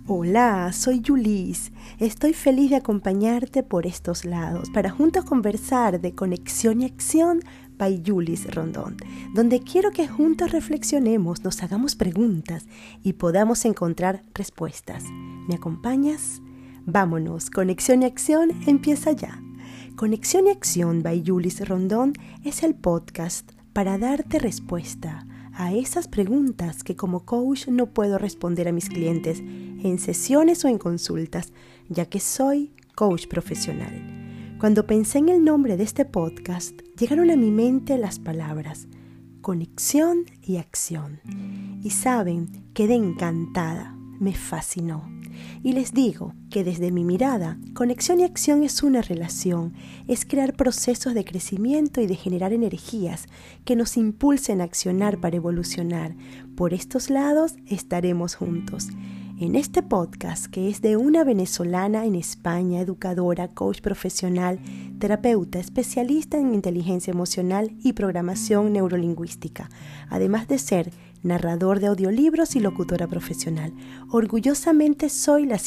Hola, soy Yulis. Estoy feliz de acompañarte por estos lados para juntos conversar de Conexión y Acción by Yulis Rondón, donde quiero que juntos reflexionemos, nos hagamos preguntas y podamos encontrar respuestas. ¿Me acompañas? Vámonos, Conexión y Acción empieza ya. Conexión y Acción by Yulis Rondón es el podcast para darte respuesta a esas preguntas que como coach no puedo responder a mis clientes en sesiones o en consultas, ya que soy coach profesional. Cuando pensé en el nombre de este podcast, llegaron a mi mente las palabras conexión y acción. Y saben, quedé encantada, me fascinó. Y les digo que desde mi mirada, conexión y acción es una relación, es crear procesos de crecimiento y de generar energías que nos impulsen a accionar para evolucionar. Por estos lados estaremos juntos. En este podcast, que es de una venezolana en España, educadora, coach profesional, terapeuta, especialista en inteligencia emocional y programación neurolingüística, además de ser narrador de audiolibros y locutora profesional. Orgullosamente soy la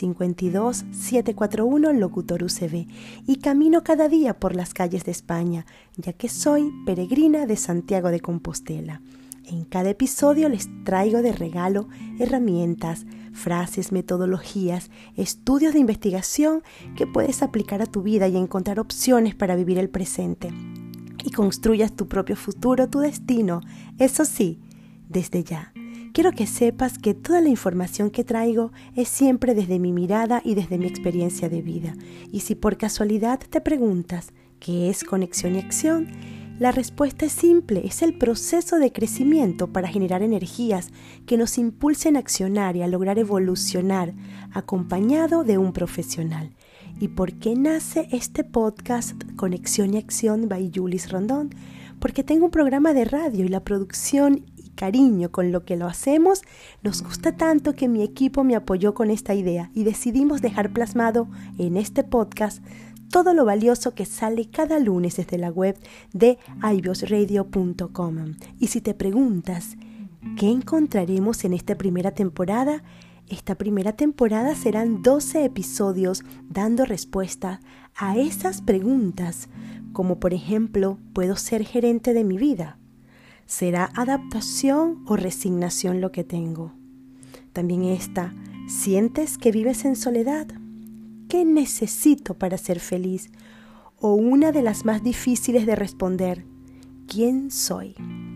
52741 Locutor UCB y camino cada día por las calles de España, ya que soy peregrina de Santiago de Compostela. En cada episodio les traigo de regalo herramientas, frases, metodologías, estudios de investigación que puedes aplicar a tu vida y encontrar opciones para vivir el presente. Y construyas tu propio futuro, tu destino. Eso sí, desde ya. Quiero que sepas que toda la información que traigo es siempre desde mi mirada y desde mi experiencia de vida. Y si por casualidad te preguntas ¿qué es conexión y acción? La respuesta es simple, es el proceso de crecimiento para generar energías que nos impulsen a accionar y a lograr evolucionar, acompañado de un profesional. ¿Y por qué nace este podcast Conexión y Acción by Yulis Rondón? Porque tengo un programa de radio y la producción y cariño con lo que lo hacemos nos gusta tanto que mi equipo me apoyó con esta idea y decidimos dejar plasmado en este podcast todo lo valioso que sale cada lunes desde la web de iVozRadio.com. Y si te preguntas, ¿qué encontraremos en esta primera temporada? Esta primera temporada serán 12 episodios dando respuesta a esas preguntas, como por ejemplo, ¿puedo ser gerente de mi vida? ¿Será adaptación o resignación lo que tengo? También esta, ¿sientes que vives en soledad? ¿Qué necesito para ser feliz? O una de las más difíciles de responder, ¿quién soy?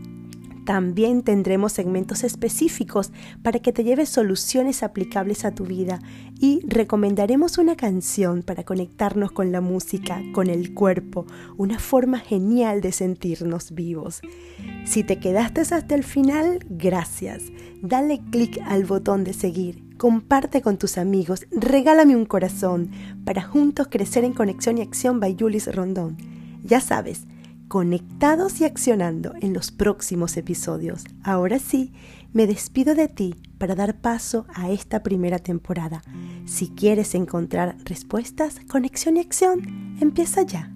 También tendremos segmentos específicos para que te lleves soluciones aplicables a tu vida y recomendaremos una canción para conectarnos con la música, con el cuerpo, una forma genial de sentirnos vivos. Si te quedaste hasta el final, gracias. Dale clic al botón de seguir, comparte con tus amigos, regálame un corazón para juntos crecer en Conexión y Acción by Yulis Rondón. Ya sabes, conectados y accionando en los próximos episodios. Ahora sí, me despido de ti para dar paso a esta primera temporada. Si quieres encontrar respuestas, Conexión y Acción empieza ya.